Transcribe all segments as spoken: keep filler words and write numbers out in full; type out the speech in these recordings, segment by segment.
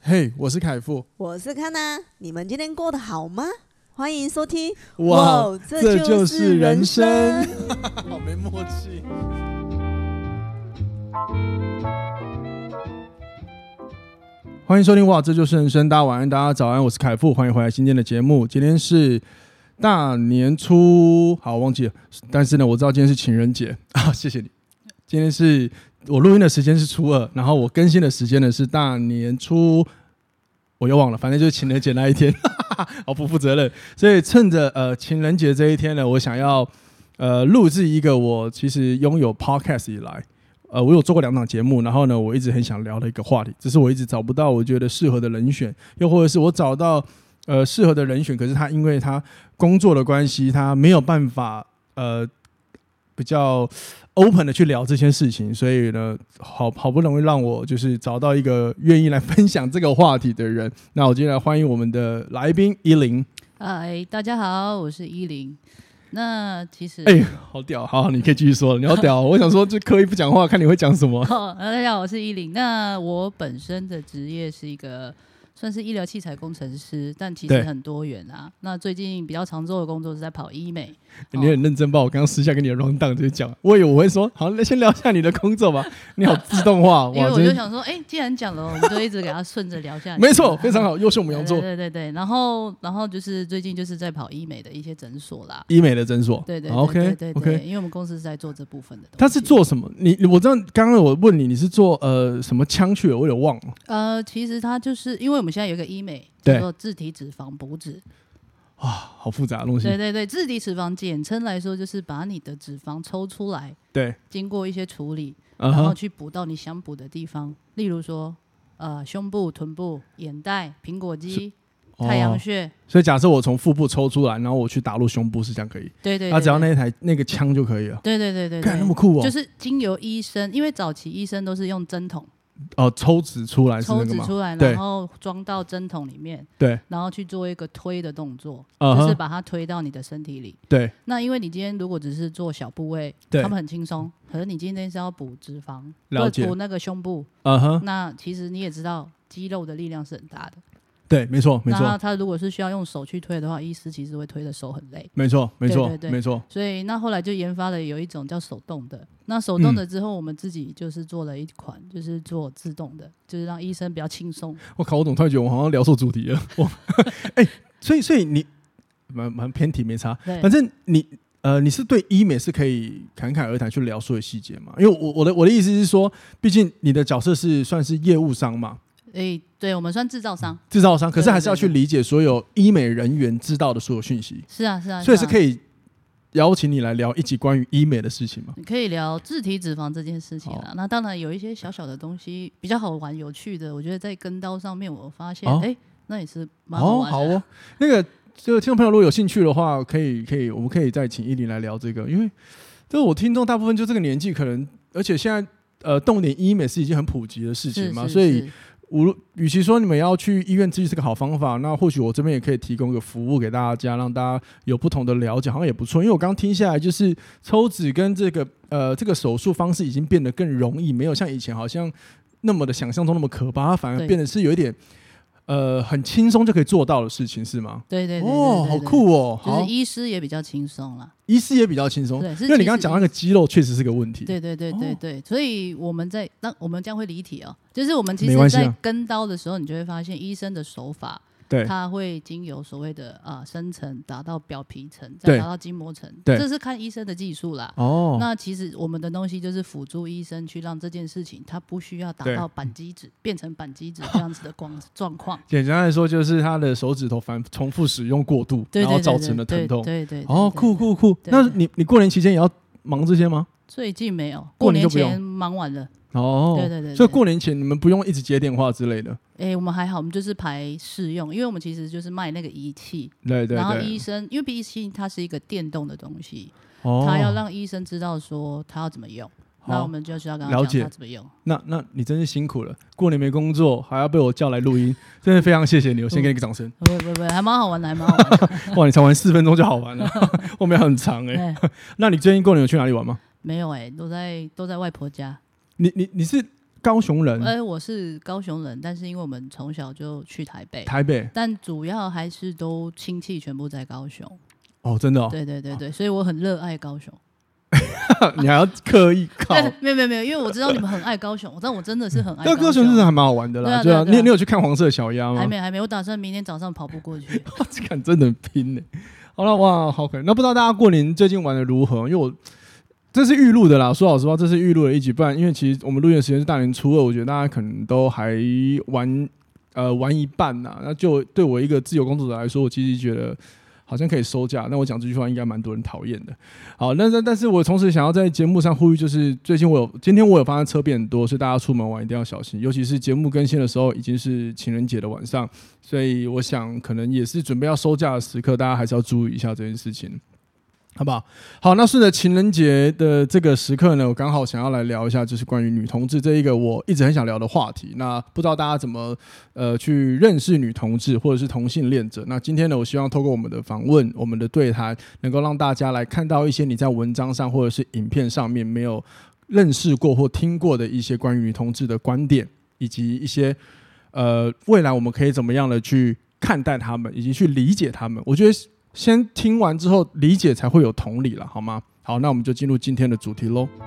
嘿、hey, 我是凯富， 我是康娜，你们今天过得好吗？欢迎收听。 哇， 哇这就是人生， 好没默契。欢迎收听哇，这就是人生。大家晚安，大家早安，我是凯富，欢迎回来今天的节目。今天是大年初，好，我忘记了，但是呢，我知道今天是情人节啊，谢谢你。今天是我录音的时间是初二，然后我更新的时间呢是大年初，我又忘了，反正就是情人节那一天，好不负责任。所以趁着呃情人节这一天呢，我想要呃录制一个我其实拥有 podcast 以来，呃我有做过两档节目，然后呢我一直很想聊的一个话题，只是我一直找不到我觉得适合的人选，又或者是我找到呃适合的人选，可是他因为他工作的关系，他没有办法呃比较 open 的去聊这些事情，所以呢，好好不容易让我就是找到一个愿意来分享这个话题的人。那我今天来欢迎我们的来宾依林。 嗨，大家好，我是依林。那其实， 哎、欸，好屌，好，你可以继续说了，你好屌。我想说，就刻意不讲话，看你会讲什么。 哦，大家好，我是依林。那我本身的职业是一个算是医疗器材工程师，但其实很多元啊。那最近比较常做的工作是在跑医美。 欸、你很认真吧？我刚刚私下跟你的 round down 就讲，我以为我会说，好，那先聊一下你的工作吧。你好自动化， 因为我就想说，哎、欸，既然讲了，我们就一直给他顺着聊下去。 没错，非常好，优秀母羊座。 对对对对，然后然后就是最近就是在跑医美的一些诊所啦， 医美的诊所。 对对对 ，OK 对对 OK， 因为我们公司是在做这部分的东西。 他是做什么？你我知道，刚刚我问你，你是做呃什么枪去了？我有点忘了。 呃，其实他就是因为我们现在有一个医美叫做自体脂肪补脂。 哇，好复杂的东西。 对对对，自体脂肪简称来说就是把你的脂肪抽出来， 对， 经过一些处理， uh-huh. 然后去补到你想补的地方，例如说呃胸部、臀部、眼袋、苹果肌、太阳穴。 所以假设我从腹部抽出来，然后我去打入胸部，是这样可以？ 对对对， 他、啊、只要那一台那个枪就可以了。 对对对对对， 干那么酷哦！ 就是经由医生，因为早期医生都是用针筒。 哦，抽脂出来是那个吗？ 抽脂出来，然后装到针筒里面， 对， 然后去做一个推的动作， uh-huh. 就是把它推到你的身体里。 对， 那因为你今天如果只是做小部位，他们很轻松，可是你今天是要补脂肪， 了解， 补那个胸部， uh-huh. 那其实你也知道，肌肉的力量是很大的。 对，没错，没错。 那他如果是需要用手去推的话，医师其实会推的手很累。 没错，没错， 对对对， 没错。 所以那后来就研发了有一种叫手动的。那手动的之后，我们自己就是做了一款，就是做自动的，就是让医生比较轻松。 我靠，我怎么突然觉得我好像聊错主题了？哎、欸，所以，所以你蛮蛮偏题，没差。反正你呃，你是对医美是可以侃侃而谈去聊所有细节嘛？因为我我的我的意思是说，毕竟你的角色是算是业务商嘛。 欸、对，我们算制造商， 制造商，可是还是要去理解所有医美人员知道的所有讯息。 是啊，是啊， 所以是可以邀请你来聊一集关于医美的事情吗？ 你可以聊自体脂肪这件事情啦。那当然有一些小小的东西比较好玩、有趣的，我觉得在跟刀上面，我发现，哎、哦欸，那也是蛮好玩的。 哦，好哦，那个这个听众朋友如果有兴趣的话，可以可以，我们可以再请依林来聊这个，因为这个我听众大部分就这个年纪，可能而且现在呃动点医美是一件很普及的事情嘛， 是是是， 所以。无，与其说你们要去医院自己是个好方法，那或许我这边也可以提供一个服务给大家，让大家有不同的了解，好像也不错。因为我刚刚听下来，就是抽脂跟这个呃这个手术方式已经变得更容易，没有像以前好像那么的想象中那么可怕，它反而变得是有一点呃很轻松就可以做到的事情，是吗？ 对对 对, 对, 对, 对, 对， 哦，好酷哦！ 就是医师也比较轻松啦。 医师也比较轻松，因为你刚刚讲那个肌肉确实是个问题。 对对对对对，哦、所以我们在那我们这样会离题哦，就是我们其实在跟刀的时候，你就会发现医生的手法，对，它会经由所谓的啊、呃、深层达到表皮层，再达到筋膜层，这是看医生的技术啦。哦，那其实我们的东西就是辅助医生去让这件事情，它不需要达到扳机指变成扳机指这样子的状况。 简单来说，就是他的手指头反重复使用过度， 对对对对， 然后造成了疼痛。 对 对, 对, 对, 对, 对, 对, 对, 对, 对, 对, 对, 对, 对, 对, 对， 哦，酷酷酷。那你你过年期间也要忙这些吗？ 最近没有，过年前忙完了。 哦， 对对 对, 对， 所以过年前你们不用一直接电话之类的。 哎、欸，我们还好，我们就是排试用，因为我们其实就是卖那个仪器， 对 对, 对。 然后医生，因为仪器它是一个电动的东西，哦，他要让医生知道说他要怎么用，那我们就需要跟他讲他怎么用。 那那你真是辛苦了，过年没工作，还要被我叫来录音，真的非常谢谢你，我先给你个掌声。 不不不，还蛮好玩的，还蛮好玩的。 哇，你才玩四分钟就好玩了，后面很长哎、欸。那你最近过年有去哪里玩吗？ 没有哎、欸，都在都在外婆家。 你你你是？ 高雄人？ 哎、呃，我是高雄人，但是因为我们从小就去台北， 台北， 但主要还是都亲戚全部在高雄。 哦，真的哦。 对对对对，所以我很热爱高雄。 你还要刻意靠？ 没有没有没有，因为我知道你们很爱高雄，我知道我真的是很爱高雄。 那高雄真的还蛮好玩的啦，对啊。你你有去看黄色小鸭吗？ 还没还没，我打算明天早上跑步过去。 这看真的很拼呢。好了，哇，好可能。那不知道大家过年最近玩的如何？因为我这是预录的啦，说老实话，这是预录的一集，不然因为其实我们录音的时间是大年初二，我觉得大家可能都还玩呃玩一半呐。那就对我一个自由工作者来说，我其实觉得好像可以收假。那我讲这句话应该蛮多人讨厌的。好，那但是我同时想要在节目上呼吁，就是最近我有今天我有发现车变很多，所以大家出门玩一定要小心，尤其是节目更新的时候已经是情人节的晚上，所以我想可能也是准备要收假的时刻，大家还是要注意一下这件事情。好不好？好，那顺着情人节的这个时刻呢，我刚好想要来聊一下，就是关于女同志这一个我一直很想聊的话题。那不知道大家怎么呃去认识女同志或者是同性恋者？那今天呢，我希望透过我们的访问、我们的对谈，能够让大家来看到一些你在文章上或者是影片上面没有认识过或听过的一些关于女同志的观点，以及一些呃未来我们可以怎么样的去看待他们，以及去理解他们。我觉得先听完之后理解才会有同理了，好吗？好，那我们就进入今天的主题咯。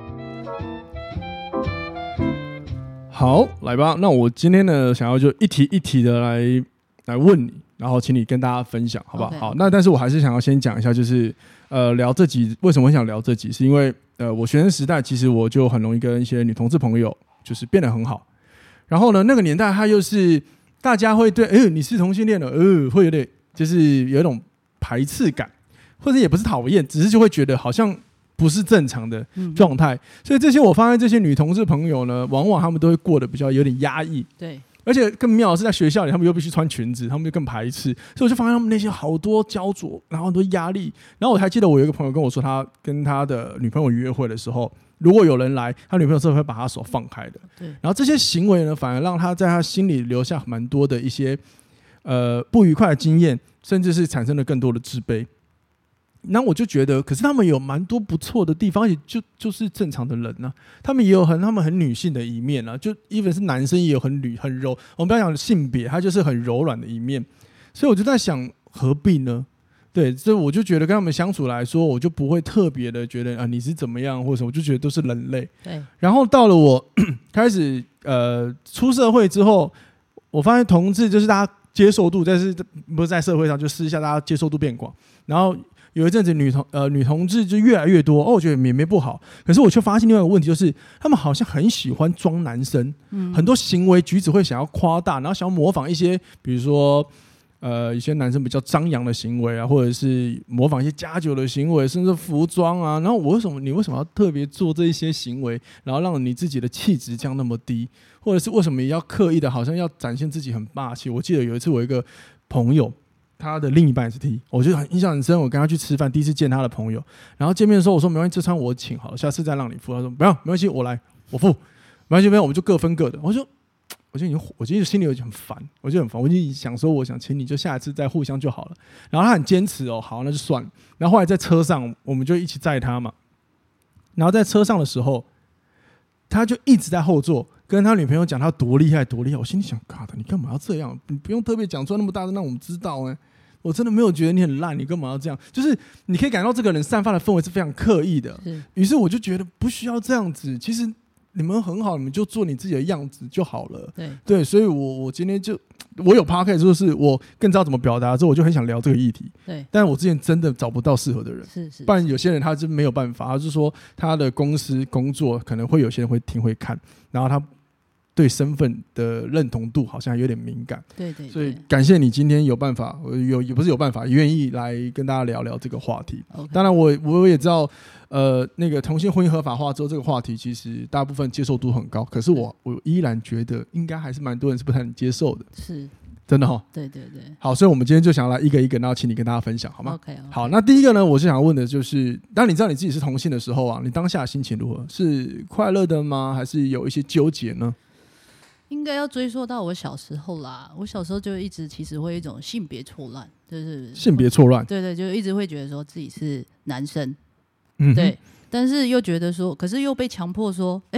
好，来吧。那我今天呢，想要就一题一题的来来问你，然后请你跟大家分享，好不好？ Okay. 好，那但是我还是想要先讲一下，就是呃，聊这集为什么我想聊这集，是因为呃，我学生时代其实我就很容易跟一些女同志朋友就是变得很好，然后呢，那个年代它又是大家会对，哎、欸，你是同性恋的，呃，会有点就是有一种排斥感，或者也不是讨厌，只是就会觉得好像不是正常的状态、嗯，所以这些我发现这些女同志朋友呢，往往她们都会过得比较有点压抑， 对， 而且更妙的是在学校里，她们又必须穿裙子，她们就更排斥，所以我就发现她们内心好多焦灼，然后很多压力。然后我还记得我有一个朋友跟我说，他跟他的女朋友约会的时候，如果有人来，他女朋友是会把他手放开的，对。然后这些行为呢，反而让他在他心里留下蛮多的一些呃不愉快的经验。甚至是产生了更多的自卑，那我就觉得，可是他们有蛮多不错的地方，也就就是正常的人啊，他们也有很他们很女性的一面啊，就 even 是男生也有很女很柔，我们不要讲性别，他就是很柔软的一面，所以我就在想，何必呢？对，所以我就觉得跟他们相处来说，我就不会特别的觉得啊你是怎么样或者什么，我就觉得都是人类。对。然后到了我开始呃出社会之后，我发现同志就是大家接受度，但是不是在社会上，就私下大家接受度变广。然后有一阵子女同呃女同志就越来越多，哦，我觉得也没不好。可是我却发现另外一个问题，就是他们好像很喜欢装男生，嗯、很多行为举止会想要夸大，然后想要模仿一些，比如说呃一些男生比较张扬的行为啊，或者是模仿一些加酒的行为，甚至服装啊。然后我为什么你为什么要特别做这一些行为，然后让你自己的气质降那么低？或者是为什么要刻意的，好像要展现自己很霸气？我记得有一次，我一个朋友，他的另一半是 T， 我觉得很印象很深。我跟他去吃饭，第一次见他的朋友，然后见面的时候，我说没关系，这餐我请好了，下次再让你付。他说不要，没关系，我来，我付，没关系，没有，我们就各分各的。我说，我就已经，我就心里有点很烦，我就很烦，我就想说，我想请你，就下一次再互相就好了。然后他很坚持哦，好，那就算了。然后后来在车上，我们就一起载他嘛。然后在车上的时候，他就一直在后座。跟他女朋友讲他多厉害多厉害，我心里想，God，你干嘛要这样？你不用特别讲出来那么大声让我们知道、欸、我真的没有觉得你很烂，你干嘛要这样？就是你可以感到这个人散发的氛围是非常刻意的。于是我就觉得不需要这样子，其实你们很好，你们就做你自己的样子就好了。对，对，所以我我今天就我有 podcast， 就是我更知道怎么表达之后，我就很想聊这个议题。对，但是我之前真的找不到适合的人，是是，不然有些人他是没有办法，他就是说他的公司工作可能会有些人会听会看，然后他对身份的认同度好像有点敏感。对 对, 对，所以感谢你今天有办法，有也不是有办法，愿意来跟大家聊聊这个话题。Okay. 当然我我也知道。呃，那个同性婚姻合法化之后，这个话题其实大部分接受度很高，可是我我依然觉得应该还是蛮多人是不太能接受的，是真的齁。对对对，好，所以我们今天就想要来一个一个，然后请你跟大家分享，好吗 ？OK， 好，那第一个呢，我是想要问的就是，当你知道你自己是同性的时候啊，你当下的心情如何？是快乐的吗？还是有一些纠结呢？ 应该要追溯到我小时候啦，我小时候就一直其实会有一种性别错乱，就是性别错乱， 对对，就一直会觉得说自己是男生。嗯、对，但是又觉得说，可是又被强迫说，哎、欸，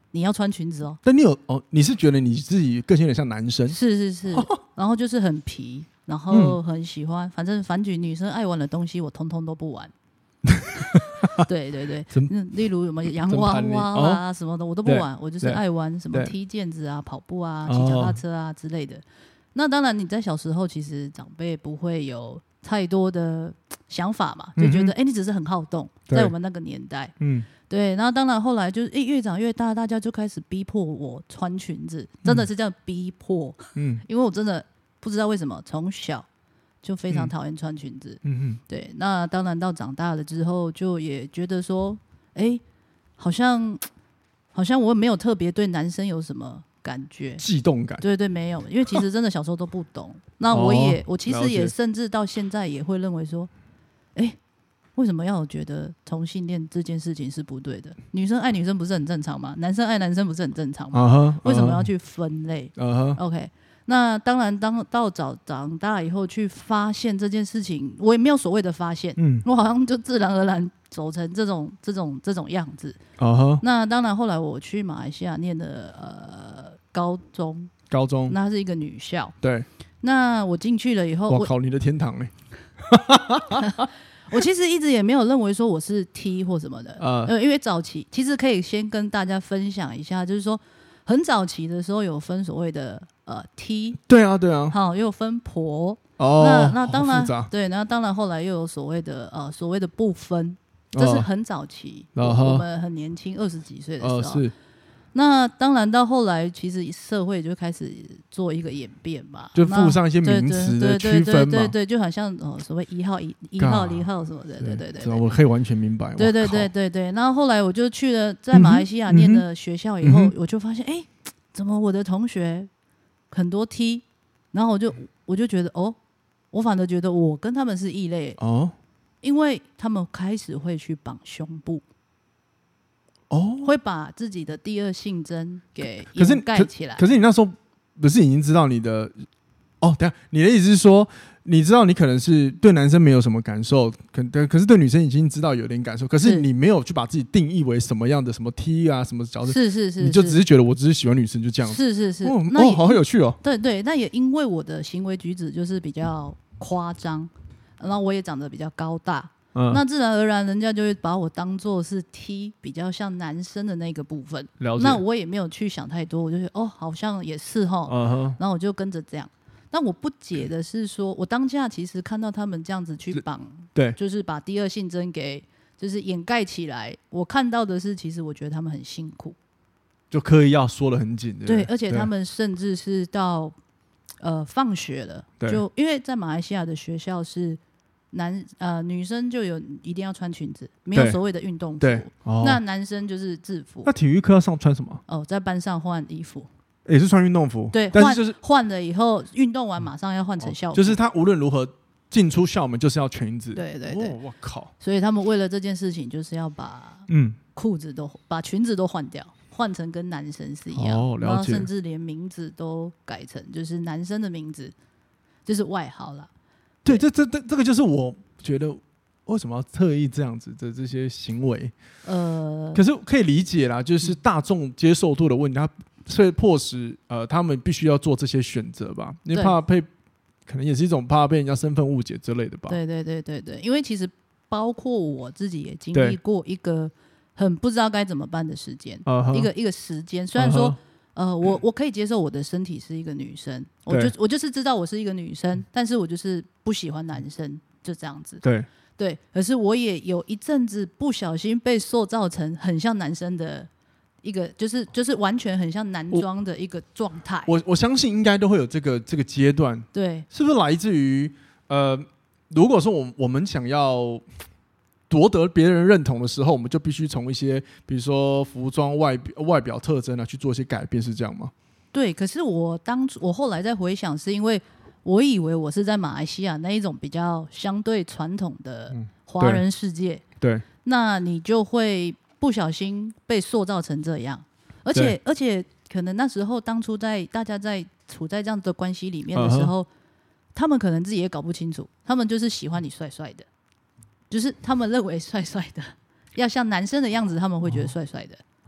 你要穿裙子哦。 但你有哦，你是觉得你自己个性有点像男生？ 是是是，然后就是很皮，然后很喜欢，嗯、反正反举女生爱玩的东西，我通通都不玩。对对对，例如什么洋娃娃啊什么的，我都不玩，我就是爱玩什么踢毽子啊、跑步啊、骑脚踏车啊之类的。那当然，你在小时候其实长辈不会有太多的想法嘛，就觉得哎、嗯欸，你只是很好动，在我们那个年代，嗯，对。然后当然后来就是哎、欸，越长越大，大家就开始逼迫我穿裙子，真的是这样逼迫，嗯，因为我真的不知道为什么从小就非常讨厌穿裙子，嗯嗯，对。那当然到长大了之后，就也觉得说，哎、欸，好像好像我没有特别对男生有什么感觉悸动感， 对对，没有，因为其实真的小时候都不懂。那我也、哦、我其实也甚至到现在也会认为说，哎，为什么要觉得同性恋这件事情是不对的？女生爱女生不是很正常吗？男生爱男生不是很正常吗？ uh-huh, uh-huh. 为什么要去分类、uh-huh. OK， 那当然当到早长大以后去发现这件事情，我也没有所谓的发现，嗯，我好像就自然而然走成这种这种这种样子。Uh-huh. 那当然后来我去马来西亚念的呃高中， 高中那是一个女校， 对。 那我进去了以后， 我靠，你的天堂欸我其实一直也没有认为说我是 T 或什么的，呃，呃因为早期其实可以先跟大家分享一下，就是说很早期的时候有分所谓的呃 T， 对啊对啊， 好，又有分婆， 哦， 那那当然对，那当然后来又有所谓的呃所谓的不分，这是很早期，哦、我, 我们很年轻二十几岁的时候。哦是那当然到后来其实社会就开始做一个演变嘛， 就附上一些名词的区分嘛，对对对对对，就好像、哦、所谓一号一一号零号什么的，对对 对, 对， 我可以完全明白。 对对对对对，然后后来我就去了在马来西亚念的学校以后，嗯、我就发现哎，怎么我的同学很多 T， 然后我就我就觉得哦，我反而觉得我跟他们是异类哦，因为他们开始会去绑胸部。哦，会把自己的第二性征给掩盖起来。 可是，可, 可是你那时候不是已经知道你的？哦，等一下，你的意思是说，你知道你可能是对男生没有什么感受，可可是对女生已经知道有点感受，可是你没有去把自己定义为什么样的什么 T 啊什么角色， 是是 是, 是， 你就只是觉得我只是喜欢女生就这样子， 是是是。 哦，那哦好有趣哦。 对对，那也因为我的行为举止就是比较夸张，然后我也长得比较高大。嗯、那自然而然人家就会把我当作是 T 比较像男生的那个部分，那我也没有去想太多，我就觉得哦好像也是齁、uh-huh. 然后我就跟着这样。但我不解的是说，我当下其实看到他们这样子去绑， 对， 就是把第二性征给就是掩盖起来，我看到的是其实我觉得他们很辛苦， 就刻意要缩得很紧， 对，而且他们甚至是到呃放学了，就因为在马来西亚的学校是男呃女生就有一定要穿裙子，没有所谓的运动服，对、哦，那男生就是制服。 那体育课要上穿什么？ 哦，在班上换衣服， 也是穿运动服， 对， 但是就是换了以后，运动完马上要换成校服、哦， 就是他无论如何进出校门就是要裙子， 对对对， 哦，我靠！ 所以他们为了这件事情，就是要把嗯裤子都把裙子都换掉，换成跟男生是一样，哦、了解，然后甚至连名字都改成就是男生的名字，就是外号啦。 对，这这这这个就是我觉得为什么要特意这样子的这些行为，呃，可是可以理解啦，就是大众接受度的问题，它所以迫使呃他们必须要做这些选择吧，因为怕被可能也是一种怕被人家身份误解之类的吧。 对对对对对，因为其实包括我自己也经历过一个很不知道该怎么办的时间， uh-huh. 一个一个时间，虽然说。Uh-huh.呃，我我可以接受我的身体是一个女生，我就我就是知道我是一个女生，但是我就是不喜欢男生，就这样子。对对，可是我也有一阵子不小心被塑造成很像男生的一个，就是就是完全很像男装的一个状态。 我我相信应该都会有这个这个阶段， 对， 是不是来自于呃，如果说我我们想要夺得别人认同的时候，我们就必须从一些比如说服装 外, 外表特征啊去做一些改变，是这样吗？ 对，可是我当初我后来在回想，是因为我以为我是在马来西亚那一种比较相对传统的华人世界、嗯、对, 对，那你就会不小心被塑造成这样，而且而且可能那时候当初在大家在处在这样的关系里面的时候、uh-huh. 他们可能自己也搞不清楚，他们就是喜欢你帅帅的，就是他们认为帅帅的要像男生的样子，他们会觉得帅帅的、哦、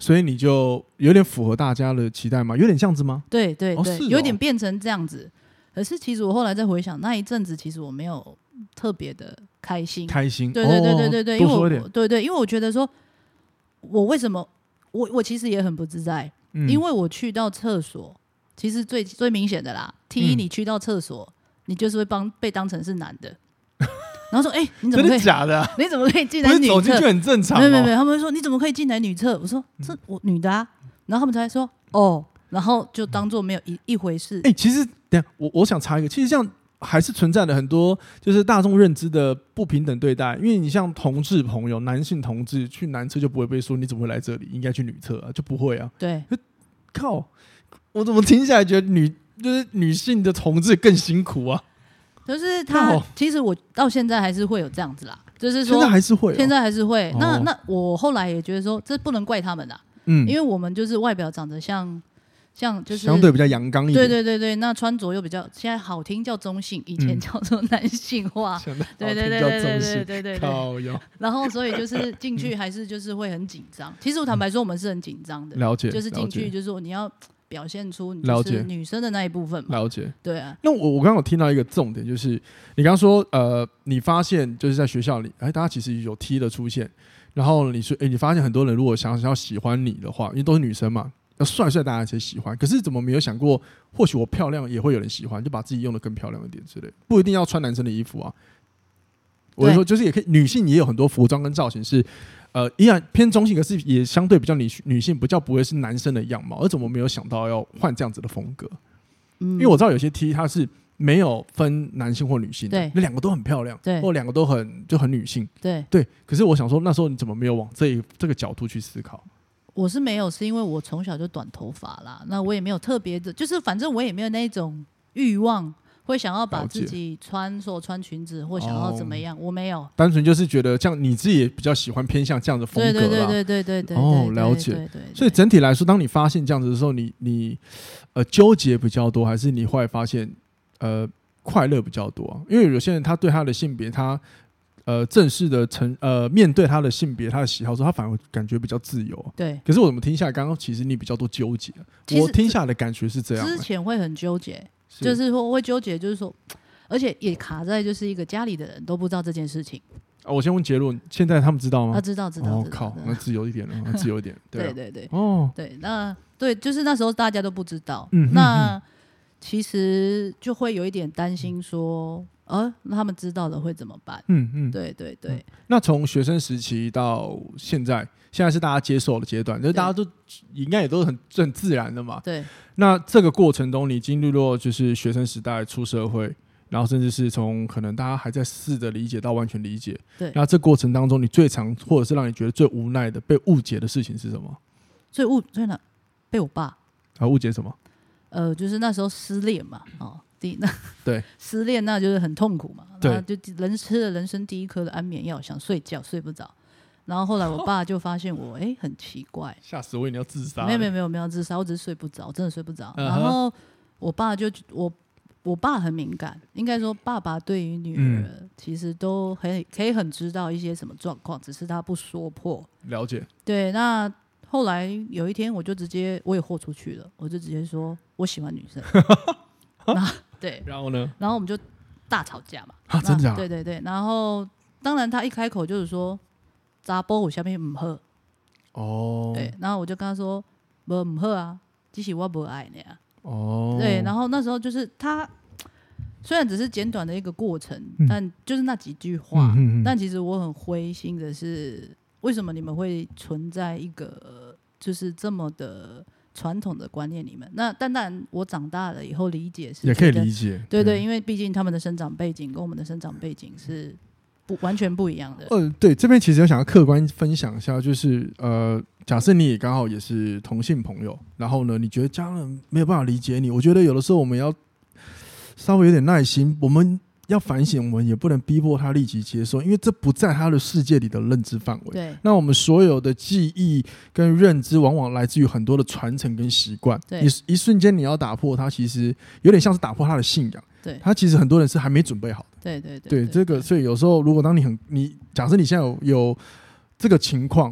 所以你就有点符合大家的期待吗？有点这样子吗？ 对对对、 哦哦、 有点变成这样子。可是其实我后来再回想那一阵子，其实我没有特别的开心。 开心， 对对对对对对， 多说一点。 对对，因为我觉得说，我为什么我我其实也很不自在，嗯、因为我去到厕所，其实最最明显的啦，第一，你去到厕所，嗯、你就是会帮被当成是男的。然后说：“哎、欸，你怎么可以？ 真的假的、啊？ 你怎么可以进来女厕？ 不是走进去很正常、哦。 没有没有没有，他们会说你怎么可以进来女厕？我说这我女的啊。然后他们才说哦，然后就当做没有一一回事。 哎、欸，其实等一下我我想插一个，其实这样还是存在了很多就是大众认知的不平等对待。因为你像同志朋友，男性同志去男厕就不会被说你怎么会来这里，应该去女厕啊，就不会啊。 对， 靠，我怎么听下来觉得女就是女性的同志更辛苦啊？” 就是他，其实我到现在还是会有这样子啦，就是说现在还是会、哦， 现在还是会。 哦、 那那我后来也觉得说，这不能怪他们啦，嗯，因为我们就是外表长得像，像就是相对比较阳刚一点， 对对对对，那穿着又比较现在好听叫中性，以前叫做男性化， 嗯、 对对对对对对对对对。 然后所以就是进去还是就是会很紧张。其实我坦白说，我们是很紧张的， 了解， 就是进去就是说你要表现出你就是女生的那一部分嘛。 了解， 对啊。 那我我刚刚有听到一个重点，就是你刚刚说，呃，你发现就是在学校里，哎，大家其实有 T 的出现，然后你说，哎，你发现很多人如果想要喜欢你的话，因为都是女生嘛，要帅帅大家才喜欢。可是怎么没有想过，或许我漂亮也会有人喜欢，就把自己用得更漂亮一点之类，不一定要穿男生的衣服啊。我是说，就是也可以，女性也有很多服装跟造型是。呃，一样偏中性，可是也相对比较女女性，比较不会是男生的样貌。而怎么没有想到要换这样子的风格？嗯，因为我知道有些 T 它是没有分男性或女性的， 对， 那两个都很漂亮， 对， 或两个都很就很女性， 对对。可是我想说，那时候你怎么没有往这一这个角度去思考？ 我是没有，是因为我从小就短头发啦，那我也没有特别的，就是反正我也没有那种欲望。会想要把自己穿说穿裙子或想要怎么样、哦、我没有， 单纯就是觉得这样你自己也比较喜欢偏向这样的风格啦。 对对对对对对哦，了解。对对对对，所以整体来说，当你发现这样子的时候，你你呃纠结比较多，还是你后来发现呃快乐比较多啊？因为有些人他对他的性别，他呃正式的承呃面对他的性别、他的喜好时候，他反而感觉比较自由、啊。 对。 可是我怎么听下来，刚刚其实你比较多纠结，我听下来的感觉是这样、欸。 之前会很纠结。就是说会纠结，就是说，而且也卡在就是一个家里的人都不知道这件事情。 啊、我先问结论，现在他们知道吗？ 他、啊、知道，知道。 哦靠，那自由一点了，那自由一点。对、啊、 对对对。 哦， 对，那对，就是那时候大家都不知道。 嗯， 那、嗯、其实就会有一点担心说，呃，那他们知道了会怎么办？ 嗯嗯， 对对对。嗯、 那从学生时期到现在。现在是大家接受的阶段，就是大家都应该也都很很自然的嘛。 对。 那这个过程中，你经历过就是学生时代出社会，然后甚至是从可能大家还在试着理解到完全理解。 对。 那这过程当中，你最常或者是让你觉得最无奈的被误解的事情是什么？ 最误最难被我爸啊误解什么？ 呃，就是那时候失恋嘛，哦，第那对失恋那就是很痛苦嘛， 对， 就人吃了人生第一颗的安眠药，想睡觉睡不着。然后后来我爸就发现我，哎、欸，很奇怪， 吓死我！你要自杀？ 没有没有没有没有自杀，我只是睡不着，真的睡不着。Uh-huh. 然后我爸就我我爸很敏感，应该说爸爸对于女儿其实都很可以很知道一些什么状况，只是他不说破。 了解。 对，那后来有一天我就直接我也豁出去了，我就直接说我喜欢女生。然后对， 然后呢？ 然后我们就大吵架嘛。 啊，真的假的？ 对对对，然后当然他一开口就是说。查甫有啥物唔好？哦，对，然后我就跟他说，无唔好啊，只是我不爱你啊。哦，对，然后那时候就是他虽然只是简短的一个过程，嗯、但就是那几句话、嗯嗯嗯，但其实我很灰心的是，为什么你们会存在一个就是这么的传统的观念里面？那但但我长大了以后理解是也可以理解， 对 对, 对，因为毕竟他们的生长背景跟我们的生长背景是。不完全不一样的。 呃，对，这边其实我想要客观分享一下，就是呃，假设你也刚好也是同性朋友，然后呢，你觉得家人没有办法理解你，我觉得有的时候我们要稍微有点耐心，我们要反省，我们也不能逼迫他立即接受，因为这不在他的世界里的认知范围。 对， 那我们所有的记忆跟认知，往往来自于很多的传承跟习惯。 对， 你一瞬间你要打破它，其实有点像是打破他的信仰。 对， 他其实很多人是还没准备好的。 对对对, 对, 对，这个，所以有时候如果当你很你假设你现在有有这个情况，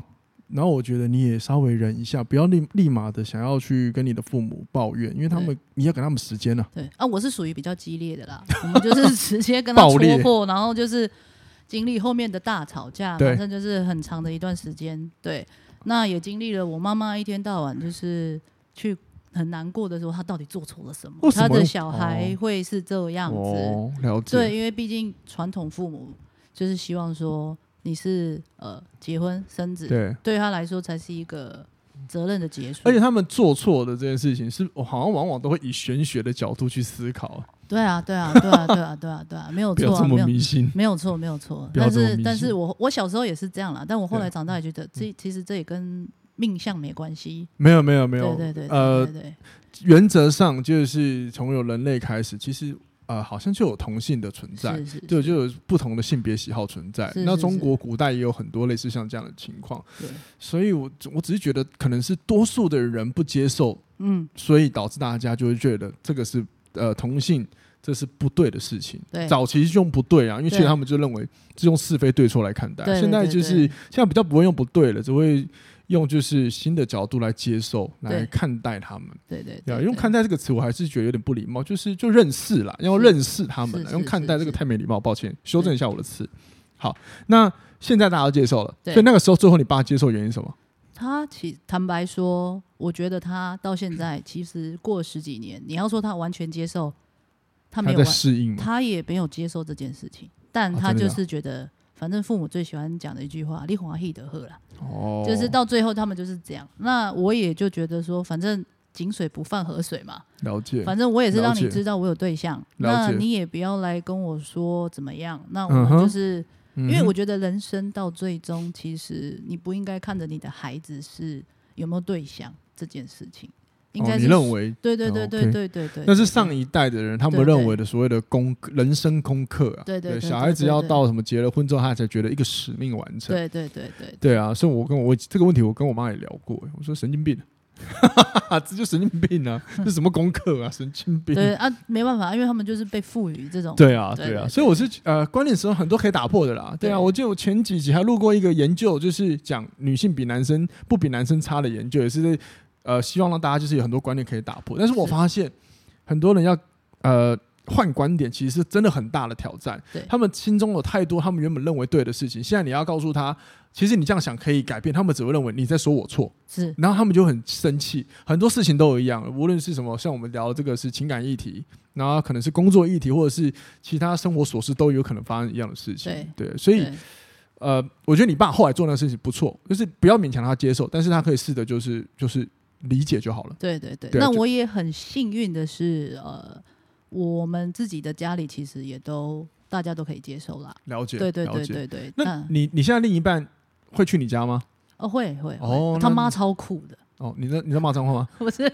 然后我觉得你也稍微忍一下，不要立立马的想要去跟你的父母抱怨，因为他们你要给他们时间啊。 对啊，我是属于比较激烈的啦，我们就是直接跟他戳破，然后就是经历后面的大吵架，反正就是很长的一段时间。对，那也经历了我妈妈一天到晚就是去很难过的时候，她到底做错了什么？她的小孩会是这样子。 哦，了解。 对，因为毕竟传统父母就是希望说你是呃结婚生子，对，对他来说才是一个责任的结束。 而且他们做错的这件事情是，我好像往往都会以玄学的角度去思考。 对啊，对啊，对啊，对啊，对啊，对啊，没有错、啊， 不要这么迷信， 没有错，没有错。但是，但是我我小时候也是这样啦，但我后来长大也觉得，这其实这也跟命相没关系。 没有，没有，没有， 对对对， 呃， 对对对， 原则上就是从有人类开始，其实。呃，好像就有同性的存在， 是是是， 对，就有不同的性别喜好存在。 是是是， 那中国古代也有很多类似像这样的情况，所以我我只是觉得可能是多数的人不接受，嗯，所以导致大家就会觉得这个是呃同性这是不对的事情。早期就用不对啊，因为其实他们就认为是用是非对错来看待。现在就是现在比较不会用不对了，只会用就是新的角度来接受来看待他们。 对对 对, 对，用看待这个词我还是觉得有点不礼貌，就是就认识啦，要认识他们啦，用看待这个太没礼貌，抱歉，修正一下我的词。好，那现在大家都接受了，所以那个时候最后你爸接受原因是什么？ 他其坦白说，我觉得他到现在其实过了十几年，你要说他完全接受，他没有他在适应吗？ 他也没有接受这件事情，但他就是觉得。啊，反正父母最喜欢讲的一句话，你欢喜就好啦，哦，就是到最后他们就是这样。那我也就觉得说，反正井水不犯河水嘛， 了解。 反正我也是让你知道我有对象，那你也不要来跟我说怎么样。那我们就是、嗯、因为我觉得人生到最终，其实你不应该看着你的孩子是有没有对象这件事情。应该是、 哦、你认为对对对对对对对， 那是上一代的人他们认为的所谓的功人生功课啊， 对对 对, 对, 对, 对, 对， 小孩子要到什么结了婚之后，他才觉得一个使命完成。 对对对 对, 对, 对啊，所以我跟我这个问题，我跟我妈也聊过，我说神经病，这就神经病啊，这什么功课啊，神经病。 对啊，没办法，因为他们就是被赋予这种。 对啊，对啊，对对对，所以我是呃，观念上很多可以打破的啦。对啊，对，我记得我前几集还录过一个研究，就是讲女性比男生不比男生差的研究，也是在。呃，希望让大家就是有很多观念可以打破，但是我发现很多人要呃换观点，其实是真的很大的挑战。他们心中有太多他们原本认为对的事情，现在你要告诉他，其实你这样想可以改变，他们只会认为你在说我错， 是， 然后他们就很生气。很多事情都一样，无论是什么，像我们聊的这个是情感议题，然后可能是工作议题，或者是其他生活琐事，都有可能发生一样的事情。对，对，所以。呃，我觉得你爸后来做那个事情不错，就是不要勉强他接受，但是他可以试着就是就是理解就好了。 对对 对, 对，那我也很幸运的是，呃，我们自己的家里其实也都大家都可以接受啦。 了解， 对对对对 对, 对。 那你你现在另一半会去你家吗？ 哦，会会哦，他妈超酷的。 哦，你在你在骂脏话吗？ 不是，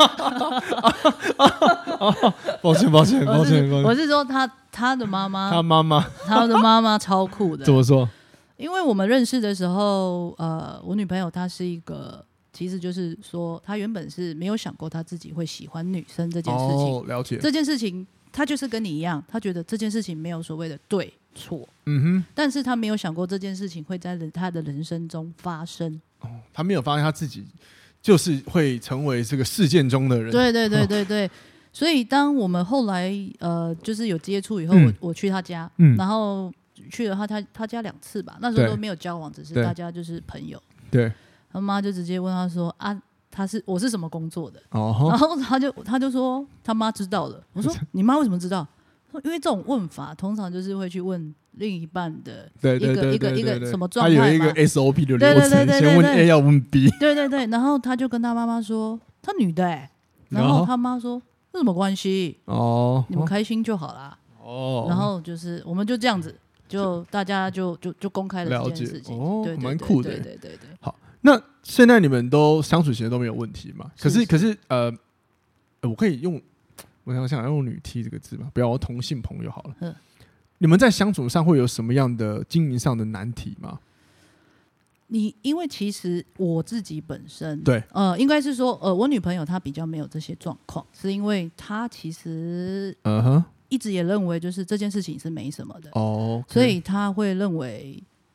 抱歉抱歉抱歉， 我是说他他的妈妈， 他妈妈， 他的妈妈超酷的。 怎么说？ 因为我们认识的时候，呃，我女朋友她是一个，其实就是说，她原本是没有想过她自己会喜欢女生这件事情。 哦，了解。 这件事情，她就是跟你一样，她觉得这件事情没有所谓的对错。 嗯哼。 但是她没有想过这件事情会在她的人生中发生。 哦，她没有发现她自己就是会成为这个事件中的人。 对对对对对。哦，所以当我们后来呃，就是有接触以后，嗯、我我去她家，嗯、然后。去了他他他家两次吧，那时候都没有交往，只是大家就是朋友。对，他妈就直接问他说：“啊，他是我是什么工作的？”哦，然后他就他就说他妈知道了。我说你妈为什么知道？说因为这种问法通常就是会去问另一半的一个一个一个什么状态嘛， 他有一个 S O P 的流程，先问 A 要问 B。 对对对，然后他就跟他妈妈说他女的、欸，然后他妈说这什么关系？哦，你们开心就好啦。哦，然后就是我们就这样子。就大家就就就公开了这件事情，哦，蛮酷的， 对对对对。 好，那现在你们都相处起来都没有问题嘛？可是可是呃，我可以用，我想想用女 T 这个字嘛，不要我同性朋友好了。嗯，你们在相处上会有什么样的经营上的难题吗？ 你因为其实我自己本身对， 呃，应该是说呃，我女朋友她比较没有这些状况，是因为她其实嗯哼。一直也认为就是这件事情是没什么的哦， okay. 所以他会认为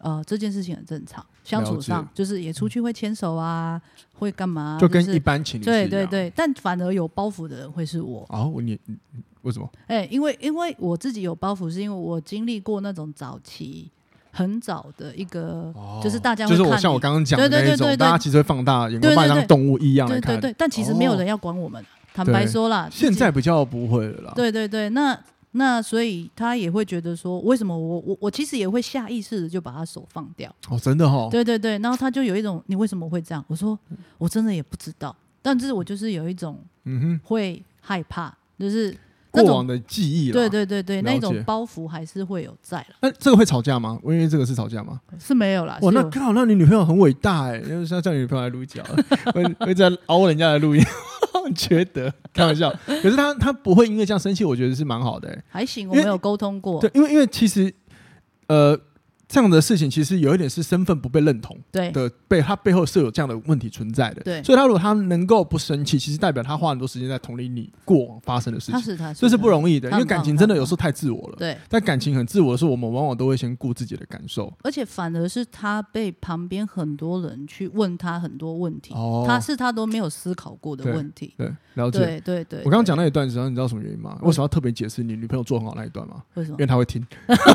呃这件事情很正常，相处上就是也出去会牵手啊，会干嘛， 就跟一般情侣是一样。 对对对，但反而有包袱的人会是我。 哦，你为什么？ 哎、欸，因为因为我自己有包袱，是因为我经历过那种早期。很早的一个，哦、就是大家会看就是我像我刚刚讲的那一种，对对对对对，大家其实会放大眼光，把你当动物一样来看。 对对对，但其实没有人要管我们，哦、坦白说啦， 现在比较不会了啦。 对对对，那那所以他也会觉得说，为什么我我我其实也会下意识的就把他手放掉。 哦，真的哦。 对对对，然后他就有一种，你为什么会这样？我说我真的也不知道，但是我就是有一种，嗯哼，会害怕，就是。 过往的记忆啦， 对对对对，那种包袱还是会有在了。 那这个会吵架吗？因为这个是吵架吗？ 是没有啦。 哇，那靠，那你女朋友很伟大哎、欸，因为像叫你女朋友来录一集啊，会会在凹人家的录音，觉得开玩笑。可是他他不会因为这样生气，我觉得是蛮好的、欸。 还行，我们有沟通过。 对，因为因为其实呃。这样的事情其实有一点是身份不被认同的，背他背后是有这样的问题存在的。 对， 所以他如果他能够不生气，其实代表他花很多时间在同理你过往发生的事情。 他是他是， 这是不容易的，因为感情真的有时候太自我了。 对， 但感情很自我的时候，我们往往都会先顾自己的感受， 而且反而是他被旁边很多人去问他很多问题，哦、他是他都没有思考过的问题。 对，对了解。 对对 对, 對， 我刚刚讲那一段时候，你知道什么原因吗？为什么要特别解释你女朋友做很好那一段吗？ 为什么？ 因为他会听。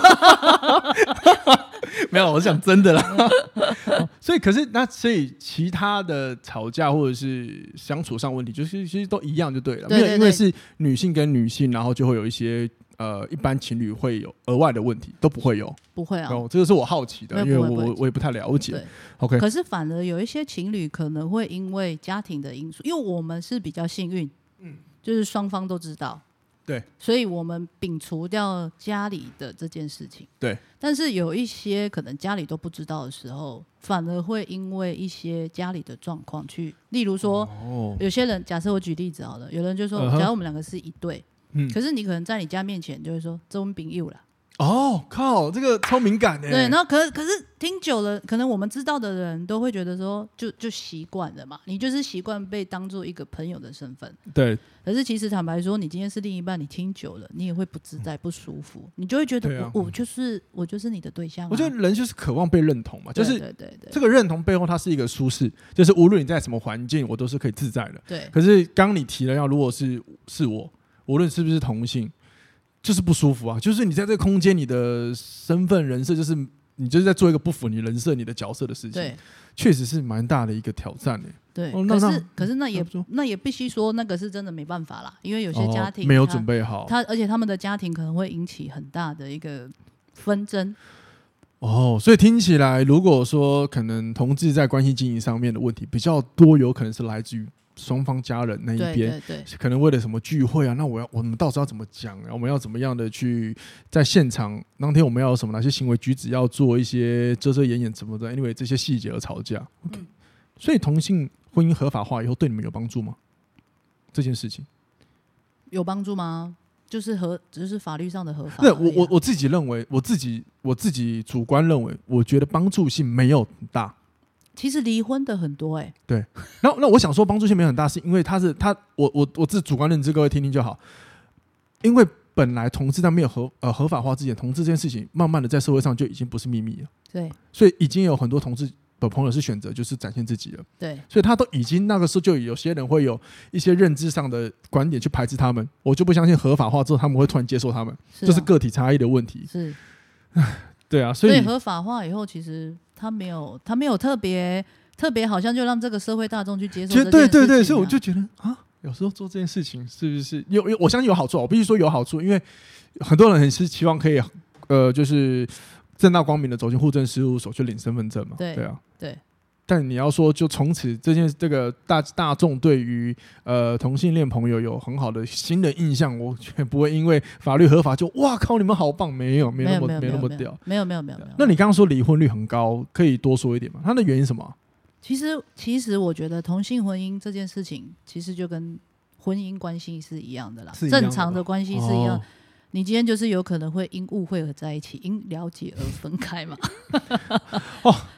没有，我是讲真的啦。所以，可是那所以其他的吵架或者是相处上问题，就是其实都一样就对了。 对对对， 没有因为是女性跟女性，然后就会有一些呃一般情侣会有额外的问题，都不会有。 不会啊， 哦，这个是我好奇的，因为我我也不太了解。OK， 可是反而有一些情侣可能会因为家庭的因素，因为我们是比较幸运，嗯，就是双方都知道。 对， 所以我们摒除掉家里的这件事情。 对， 但是有一些可能家里都不知道的时候，反而会因为一些家里的状况去，例如说，哦、有些人假设我举例子好了，有人就说，呃、假如我们两个是一对，嗯，可是你可能在你家面前就会说这我们朋友啦。 哦，靠，这个超敏感的。 对，然后可可是听久了，可能我们知道的人都会觉得说，就就习惯了嘛，你就是习惯被当做一个朋友的身份。 对。 可是其实坦白说，你今天是另一半，你听久了，你也会不自在、不舒服，你就会觉得我、啊、我就是我就是你的对象、啊。 我觉得人就是渴望被认同嘛，就是对对对， 这个认同背后它是一个舒适，就是无论你在什么环境，我都是可以自在的。 对。 可是刚你提了要，如果是是我，无论是不是同性。就是不舒服啊！就是你在这个空间，你的身份人设，就是你就是在做一个不符你人设、你的角色的事情，对，确实是蛮大的一个挑战诶、欸。 对，哦、可是可是那也那也必须说，那个是真的没办法啦，因为有些家庭、 哦、没有准备好， 他而且他们的家庭可能会引起很大的一个纷争。 哦，所以听起来，如果说可能同志在关系经营上面的问题比较多，有可能是来自于。双方家人那一边， 对对对， 可能为了什么聚会啊？那我要我们到时候要怎么讲、啊？我们要怎么样的去在现场当天我们要有什么哪些行为举止要做一些遮遮掩掩什么的 ？anyway 这些细节而吵架。OK，、嗯、所以同性婚姻合法化以后对你们有帮助吗？这件事情有帮助吗？就是合，就是法律上的合法、啊。 对我我我自己认为，我自己我自己主观认为，我觉得帮助性没有很大。 其实离婚的很多哎、欸， 对，那那我想说帮助性没有很大，是因为他是他，我我我自己主观认知，各位听听就好。因为本来同志在没有合呃合法化之前，同志这件事情慢慢的在社会上就已经不是秘密了， 对， 所以已经有很多同志的朋友是选择就是展现自己了， 对， 所以他都已经那个时候就有些人会有一些认知上的观点去排斥他们，我就不相信合法化之后他们会突然接受他们，这 是,、啊、是个体差异的问题， 是， 对啊，所以, 所以合法化以后其实。他没有，他没有特别特别，好像就让这个社会大众去接受这件事情、啊。 对对对，所以我就觉得啊，有时候做这件事情是不是有有？我相信有好处，我必须说有好处，因为很多人很是期望可以呃，就是正大光明的走进户政事务所去领身份证嘛。 对对啊， 对。 但你要说，就从此这件这个大大众对于呃同性恋朋友有很好的新的印象，我却不会因为法律合法就哇靠你们好棒，没有没那么没那么屌， 没有没有没有没有。 那你刚刚说离婚率很高，可以多说一点吗？它的原因是什么？ 其实其实我觉得同性婚姻这件事情，其实就跟婚姻关系是一样的啦，正常的关系是一样。哦，你今天就是有可能会因误会而在一起，因了解而分开嘛。 哦。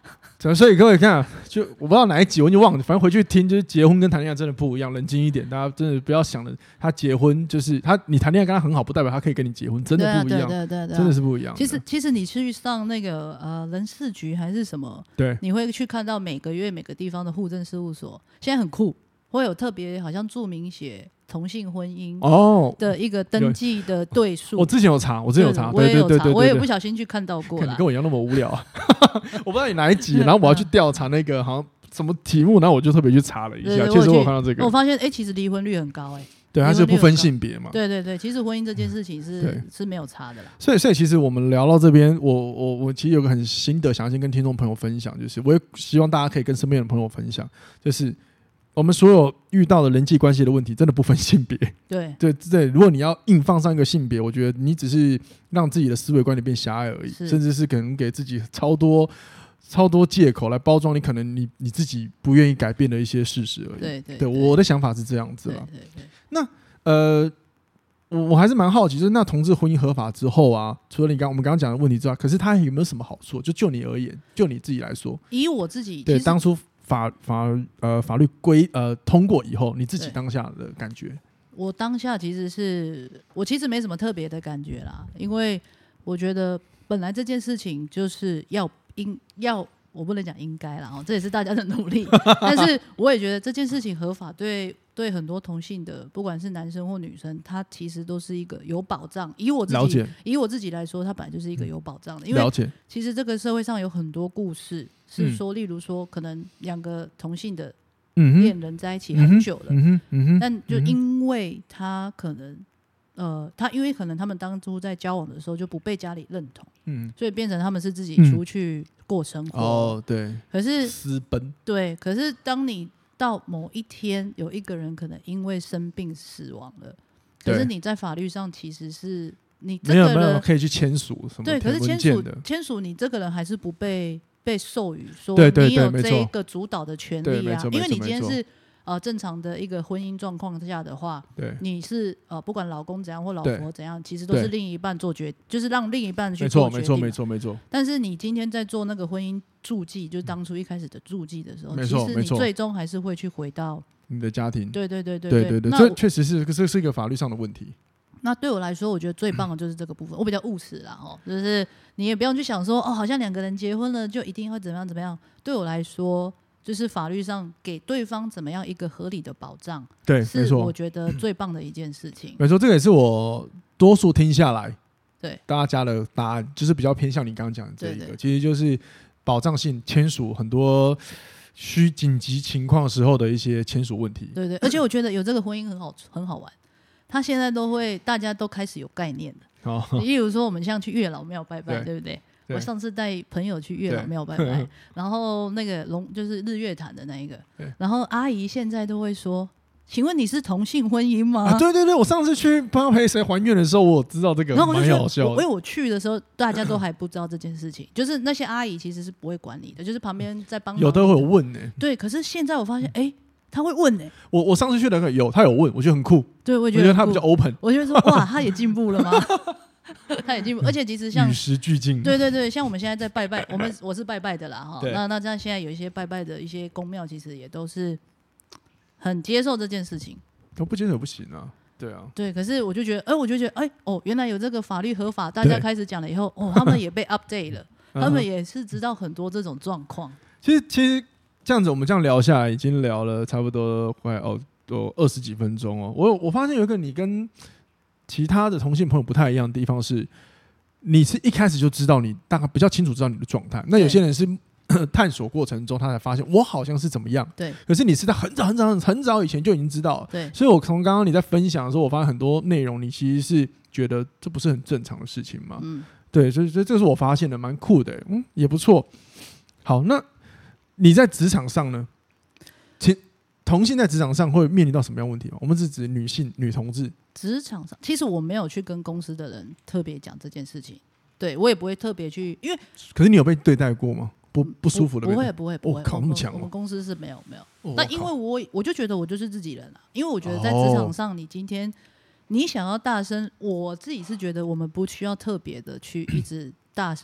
所以各位看，就我不知道哪一集我就忘了，反正回去听，就是结婚跟谈恋爱真的不一样，冷静一点，大家真的不要想了，他结婚就是他，你谈恋爱跟他很好，不代表他可以跟你结婚，真的不一样， 对对对对， 真的是不一样。 其实其实你去上那个呃人事局还是什么， 对， 你会去看到每个月每个地方的户政事务所，现在很酷，会有特别好像注明写同性婚姻的一个登记的对数、哦。 我之前有查，我之前有查， 我也有查， 对对对对对对， 我也不小心去看到过啦。 你跟我一样那么无聊啊！我不知道你哪一集，然后我要去调查那个好像什么题目，然后我就特别去查了一下。其实我有看到这个， 我发现哎、欸，其实离婚率很高哎、欸。 对，它是不分性别嘛。 对对对，其实婚姻这件事情是是没有差的啦。 所以所以其实我们聊到这边，我我我其实有个很心得，想要先跟听众朋友分享，就是我也希望大家可以跟身边的朋友分享，就是我们所有遇到的人际关系的问题，真的不分性别。 对对对，如果你要硬放上一个性别，我觉得你只是让自己的思维观念变狭隘而已，甚至是可能给自己超多超多借口来包装你可能你你自己不愿意改变的一些事实而已。 对对对, 对，我的想法是这样子啦。 对对对。 那呃，我我还是蛮好奇，就是那同志婚姻合法之后啊，除了你刚我们刚刚讲的问题之外，可是它有没有什么好处？就就你而言，就你自己来说， 以我自己对当初。法法呃法律规呃通过以后，你自己当下的感觉？ 我当下其实是我其实没什么特别的感觉啦，因为我觉得本来这件事情就是要应要我不能讲应该啦，这也是大家的努力，但是我也觉得这件事情合法对对很多同性的，不管是男生或女生，他其实都是一个有保障。以我自己以我自己来说，它本来就是一个有保障的，因为其实这个社会上有很多故事。是说，例如说，可能两个同性的恋人在一起很久了，嗯嗯、但就因为他可能，呃，他因为可能他们当初在交往的时候就不被家里认同，嗯、所以变成他们是自己出去过生活。嗯、 哦，对。 可是私奔。 对，可是当你到某一天有一个人可能因为生病死亡了，可是你在法律上其实是你这个人没有没有可以去签署什么？ 对，可是签署签署你这个人还是不被。被授予说你有这一个主导的权利啊，因为你今天是呃正常的一个婚姻状况下的话，你是呃不管老公怎样或老婆怎样，其实都是另一半做决，就是让另一半去做决定。 没错没错没错。但是你今天在做那个婚姻注记，就是当初一开始的注记的时候，其实你最终还是会去回到你的家庭。 对对对对对对对，这确实是这是一个法律上的问题。 那对我来说，我觉得最棒的就是这个部分。我比较务实啦，哦，就是你也不用去想说，哦，好像两个人结婚了就一定会怎么样怎么样。对我来说，就是法律上给对方怎么样一个合理的保障， 对， 是我觉得最棒的一件事情。 没错，这个也是我多数听下来， 对大家的答案，就是比较偏向你刚刚讲的这一个， 对对其实就是保障性签署很多需紧急情况时候的一些签署问题。 对对，而且我觉得有这个婚姻很好很好玩。他现在都会，大家都开始有概念了。哦，例如说，我们像去月老庙拜拜， 对, 对不对？对，我上次带朋友去月老庙拜拜，然后那个龙就是日月潭的那一个，然后阿姨现在都会说：“请问你是同性婚姻吗？” 啊、对对对，我上次去帮陪谁还愿的时候，我知道这个，蛮好笑的。 因为我去的时候，大家都还不知道这件事情，就是那些阿姨其实是不会管你的，就是旁边在帮忙。 有的会有问呢、欸。 对，可是现在我发现，哎、欸。他会问呢、欸， 我我上次去的有他有问，我觉得很酷。 对，我觉得, 我觉得他比较 open。 我觉得说哇，他也进步了吗？他也进步，而且其实像与时俱进。 对对对，像我们现在在拜拜，我们我是拜拜的啦哈。那那这样现在有一些拜拜的一些宫庙，其实也都是很接受这件事情。 都不接受不行啊，对啊。 对，可是我就觉得，哎、欸，我就觉得，哎、欸，哦，原来有这个法律合法，大家开始讲了以后，哦，他们也被 update 了，他们也是知道很多这种状况。 其实其实。这样子，我们这样聊下来，已经聊了差不多快哦，都二十几分钟哦。我我发现有一个你跟其他的同性朋友不太一样的地方是，你是一开始就知道你大概比较清楚知道你的状态。那有些人是探索过程中，他才发现我好像是怎么样。对。可是你是在很早很早很早以前就已经知道了。对。所以我从刚刚你在分享的时候，我发现很多内容你其实是觉得这不是很正常的事情嘛。嗯。对，所以所以这是我发现的，蛮酷的，嗯，也不错。好，那。你在职场上呢？其同性在职场上会面临到什么样的问题吗？我们是指女性女同志。 职场上，其实我没有去跟公司的人特别讲这件事情，对我也不会特别去，因为可是你有被对待过吗？不不舒服的被不会不会不会， 我靠那么强、哦！ 我们公司是没有没有。哦、那因为我我就觉得我就是自己人啊，因为我觉得在职场上，你今天、哦、你想要大声，我自己是觉得我们不需要特别的去一直大声。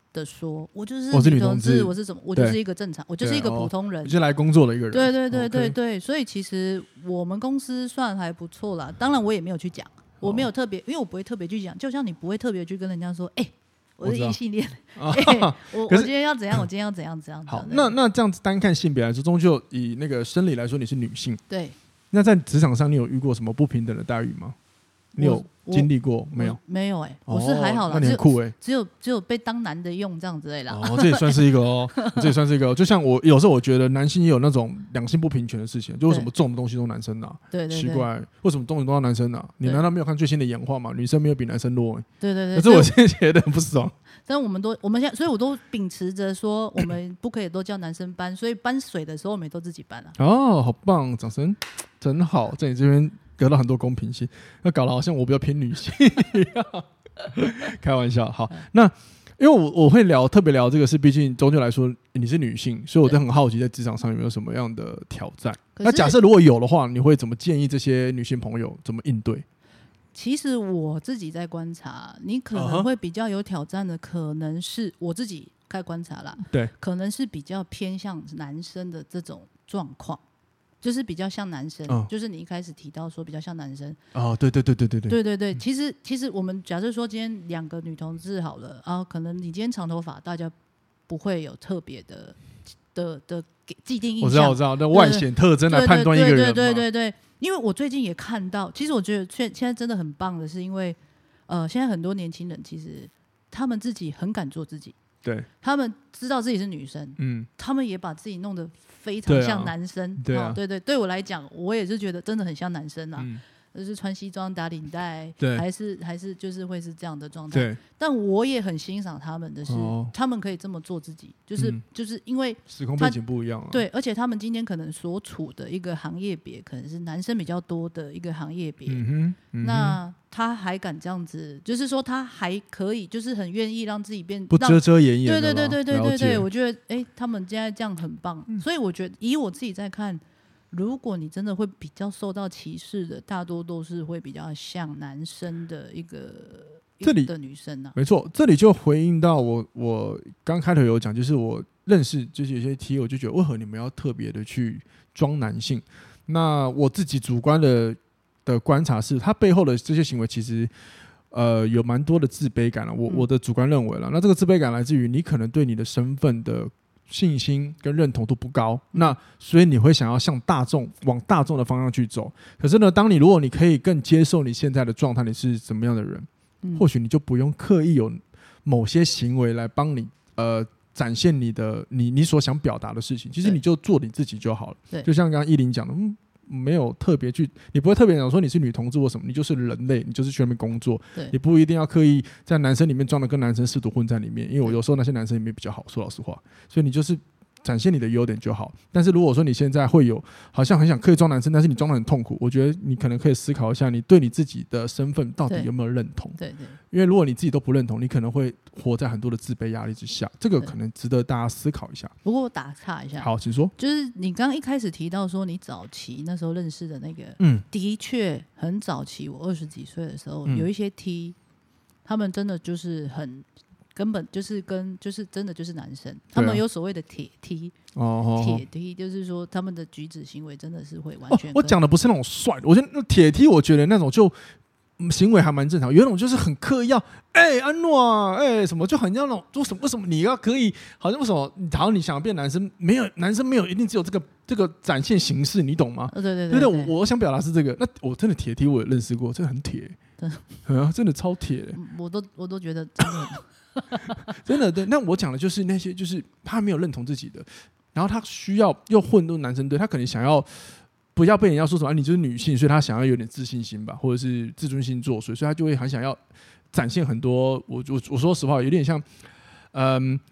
的说，我就是女同志，我是什么？我就是一个正常，我就是一个普通人， 哦、就来工作的一个人。 对对对对对， okay. 所以其实我们公司算还不错啦。当然我也没有去讲，我没有特别，因为我不会特别去讲，就像你不会特别去跟人家说，哎、欸，我是异性恋，哎、欸，我我今天要怎样，我今天要怎样怎样。 好，那那这样子单看性别来说，终究以那个生理来说，你是女性， 对。 那在职场上，你有遇过什么不平等的待遇吗？你有经历过没有？ 没有哎、欸，我是还好啦。 那你很酷哎、欸， 只有只有被当男的用这样之类啦。 哦，这也算是一个哦，这也算是一个、哦。就像我有时候我觉得男性也有那种两性不平权的事情，就为什么重的东西都男生拿？ 对对对， 奇怪，为什么重的都要男生拿？你难道没有看最新的演化吗？女生没有比男生弱、欸？ 对对对。 可是我现在觉得很不爽。 但我们都我们现在，所以我都秉持着说，我们不可以都叫男生搬，所以搬水的时候我们也都自己搬啊。 哦，好棒，掌声，真好，在你这边得到很多公平性，要搞得好像我比较偏女性一样。开玩笑，好，那因为我我会聊特别聊这个是，毕竟终究来说你是女性，所以我就很好奇在职场上有没有什么样的挑战。那假设如果有的话，你会怎么建议这些女性朋友怎么应对？ 其实我自己在观察，你可能会比较有挑战的，可能是我自己开观察啦， 对， 可能是比较偏向男生的这种状况。就是比较像男生、哦，就是你一开始提到说比较像男生哦，对对对对对对对对对，其实其实我们假设说今天两个女同志好了，然后可能你今天长头发，大家不会有特别的的的既定印象， 我知道我知道，那外显特征来判断一个人嘛， 对对对对对对，因为我最近也看到，其实我觉得现现在真的很棒的是，因为呃，现在很多年轻人其实他们自己很敢做自己。 对， 他们知道自己是女生，嗯，他们也把自己弄得非常像男生，对啊，哦、对对，对我来讲，我也是觉得真的很像男生啊，嗯、就是穿西装打领带，还是还是就是会是这样的状态。但我也很欣赏他们的是、哦，他们可以这么做自己，就是、嗯、就是因为时空背景不一样啊， 对，而且他们今天可能所处的一个行业别，可能是男生比较多的一个行业别，嗯哼嗯哼，那他还敢这样子，就是说他还可以，就是很愿意让自己变不遮遮掩掩的， 对对对对对对对，我觉得哎、欸，他们现在这样很棒、嗯，所以我觉得以我自己在看。如果你真的会比较受到歧视的，大多都是会比较像男生的一个这里的女生啊。 没错，这里就回应到我我刚开头有讲，就是我认识就是有些 T， 我就觉得为何你们要特别的去装男性？那我自己主观的的观察是，他背后的这些行为其实呃有蛮多的自卑感了。我、嗯、我的主观认为了，那这个自卑感来自于你可能对你的身份的信心跟认同度不高，那所以你会想要向大众往大众的方向去走。可是呢，当你如果你可以更接受你现在的状态，你是怎么样的人，嗯、或许你就不用刻意有某些行为来帮你呃展现你的你你所想表达的事情。其实你就做你自己就好了。对，就像刚刚依林讲的，嗯。没有特别去，你不会特别讲说你是女同志或什么，你就是人类，你就是去那边工作，你不一定要刻意在男生里面装的跟男生试图混在里面，因为我有时候那些男生里面比较好，说老实话，所以你就是展现你的优点就好。但是如果说你现在会有好像很想刻意装男生，但是你装得很痛苦，我觉得你可能可以思考一下，你对你自己的身份到底有没有认同？对 对, 对，因为如果你自己都不认同，你可能会活在很多的自卑压力之下，这个可能值得大家思考一下。 不过我打岔一下， 好，请说。 就是你刚刚一开始提到说你早期那时候认识的那个，嗯，的确很早期，我二十几岁的时候，嗯、有一些 T， 他们真的就是很。根本就是跟就是真的就是男生，他们有所谓的铁 T， 铁 T 就是说他们的举止行为真的是会完全、哦。 我讲的不是那种帅，我觉得那铁 T， 我觉得那种就、嗯、行为还蛮正常。有一种就是很刻意要哎、欸、安诺哎、欸、什么，就很像那种为什么为什么你要可以好像为什么好像你想要变男生，没有男生没有一定只有这个这个展现形式，你懂吗？ 对对 对, 对, 对, 对我我想表达是这个。那我真的铁 T 我也认识过，这个很铁，真的、啊、真的超铁、欸， 我都我都觉得真的。 真的对，那我讲的就是那些，就是他没有认同自己的，然后他需要又混入男生队，他可能想要不要被人家说什么、啊、你就是女性，所以他想要有点自信心吧，或者是自尊心作祟，所以他就会很想要展现很多。我我我说实话，有点像，嗯，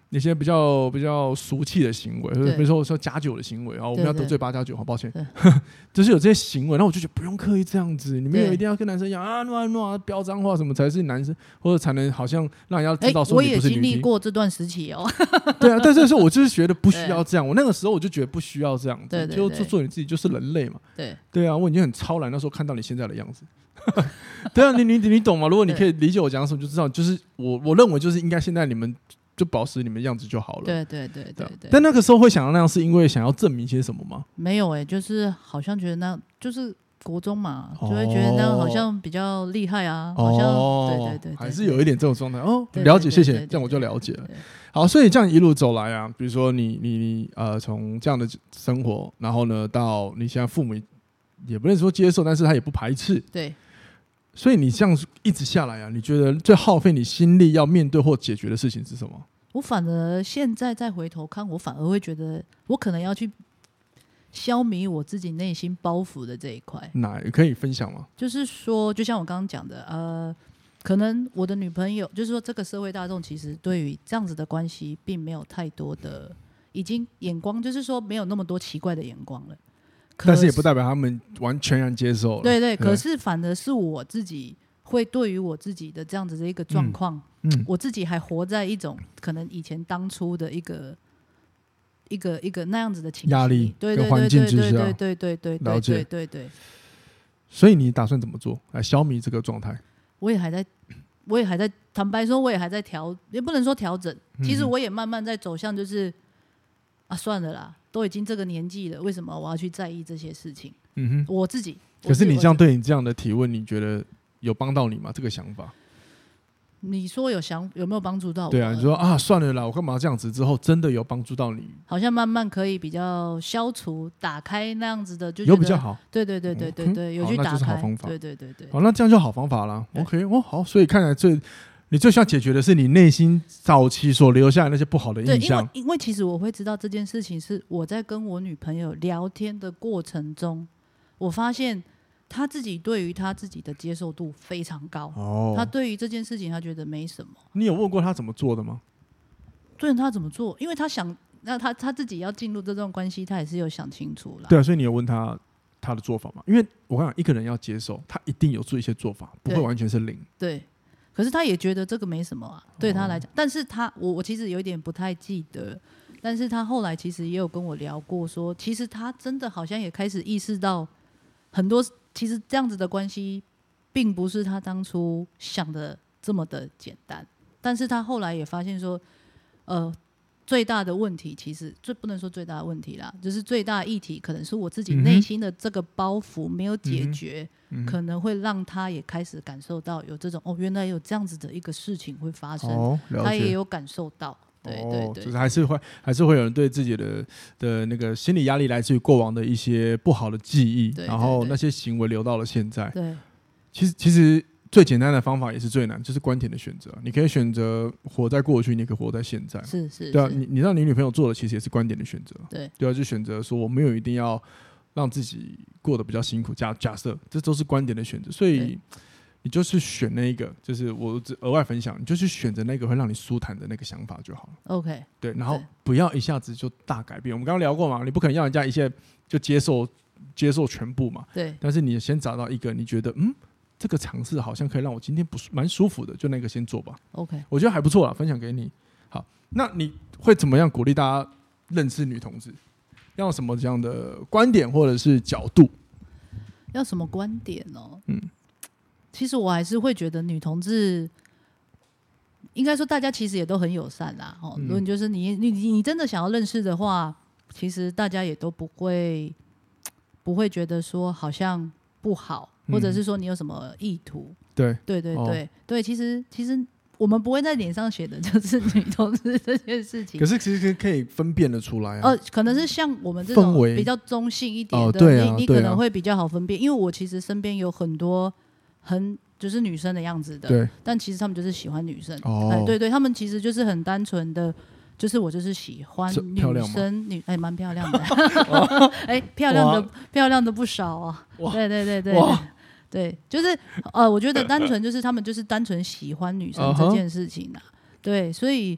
那些比较比较俗气的行为，比如说我说假酒的行为，然后我们要得罪八加九，好抱歉，就是有这些行为，然后我就觉得不用刻意这样子，你们有一定要跟男生一样啊，乱乱飙脏话什么才是男生，或者才能好像让人家知道说你不是女帝。 我也经历过这段时期哦。 对啊，但是我就是觉得不需要这样，我那个时候我就觉得不需要这样子， 对对对， 就做做你自己，就是人类嘛。 对对啊，我已经很超然，那时候看到你现在的样子。对啊，你你你懂吗？如果你可以理解我讲什么，就知道，就是我我认为就是应该现在你们。就保持你们样子就好了。 对对对对 对, 对。 但那个时候会想要那样，是因为想要证明些什么吗？ 没有哎、欸，就是好像觉得那就是国中嘛，就会觉得那样好像比较厉害啊，哦、好像对对 对, 对， 还是有一点这种状态哦。了解，谢谢，这样我就了解了。好，所以这样一路走来啊，比如说你你你呃，从这样的生活，然后呢，到你现在父母也不能说接受，但是他也不排斥。 对。 所以你这样一直下来啊，你觉得最耗费你心力要面对或解决的事情是什么？ 我反而现在再回头看，我反而会觉得我可能要去消弭我自己内心包袱的这一块。 哪可以分享吗？ 就是说，就像我刚刚讲的，呃，可能我的女朋友，就是说这个社会大众其实对于这样子的关系，并没有太多的已经眼光，就是说没有那么多奇怪的眼光了。 但是也不代表他们完全然接受了。 对 对, 对，可是反而是我自己会对于我自己的这样子的一个状况、嗯嗯，我自己还活在一种可能以前当初的一个一个一个那样子的情绪压力跟环境之下， 对对对对对了解， 对对对。 所以你打算怎么做来消弭这个状态？ 我也还在，我也还在，坦白说，我也还在调，也不能说调整。其实我也慢慢在走向，就是啊，算了啦。都已经这个年纪了，为什么我要去在意这些事情？嗯哼，我自己。 可是你这样对你这样的提问，你觉得有帮到你吗？这个想法？ 你说有想有没有帮助到我？ 对啊，你说啊，算了啦，我干嘛这样子？之后真的有帮助到你？ 好像慢慢可以比较消除、打开那样子的，就有比较好。 对对对对对对，有去打开， 那就是好方法。 对对对对。 好，那这样就好方法啦。OK， 哦，好，所以看来最。你最需要解决的是你内心早期所留下来那些不好的印象。 对，因为因为其实我会知道这件事情是我在跟我女朋友聊天的过程中，我发现她自己对于她自己的接受度非常高。哦，她对于这件事情她觉得没什么。 你有问过她怎么做的吗？ 对，她怎么做？因为她想，那她她自己要进入这段关系，她也是有想清楚啦。 对啊，所以你有问她她的做法吗？因为我跟你讲，一个人要接受，他一定有做一些做法，不会完全是零。 对。可是他也觉得这个没什么啊，对他来讲。但是他我我其实有点不太记得，但是他后来其实也有跟我聊过说，其实他真的好像也开始意识到很多，其实这样子的关系并不是他当初想的这么的简单。但是他后来也发现说，呃，最大的问题其实最不能说最大的问题啦，就是最大的议题可能是我自己内心的这个包袱没有解决。嗯嗯，可能会让他也开始感受到有这种哦，原来有这样子的一个事情会发生，哦、他也有感受到，对对对， 就是还是会还是会有人对自己的的那个心理压力来自于过往的一些不好的记忆，对对对，然后那些行为留到了现在。对，其实其实最简单的方法也是最难，就是观点的选择。你可以选择活在过去，你也可以活在现在。 是是， 对啊，你你让你女朋友做的其实也是观点的选择。 对对啊，就选择说我没有一定要。让自己过得比较辛苦，假假设这都是观点的选择，所以你就是选那一个，就是我额外分享，你就去选择那个会让你舒坦的那个想法就好了。 OK， 对，然后不要一下子就大改变。我们刚刚聊过嘛，你不可能要人家一下就接受接受全部嘛。 对， 但是你先找到一个你觉得嗯，这个尝试好像可以让我今天不蛮舒服的，就那个先做吧。 OK， 我觉得还不错啦，分享给你。好，那你会怎么样鼓励大家认识女同志？要什么这样的观点或者是角度？ 要什么观点哦？嗯，其实我还是会觉得女同志，应该说大家其实也都很友善啦。哦、嗯，如果你就是你你你真的想要认识的话，其实大家也都不会不会觉得说好像不好，嗯、或者是说你有什么意图。 对对对对、哦、对，其实其实。我们不会在脸上写的就是女同志这件事情， 可是其实可以分辨得出来啊。 呃，可能是像我们这种比较中性一点的，哦对啊、 你你可能会比较好分辨，因为我其实身边有很多很就是女生的样子的， 对， 但其实他们就是喜欢女生，哦，哎、对对，他们其实就是很单纯的。就是我就是喜欢女生，女哎蛮漂亮的，哎漂亮的漂亮的不少啊，对对对对。对，就是呃，我觉得单纯就是他们就是单纯喜欢女生这件事情啊，对，所以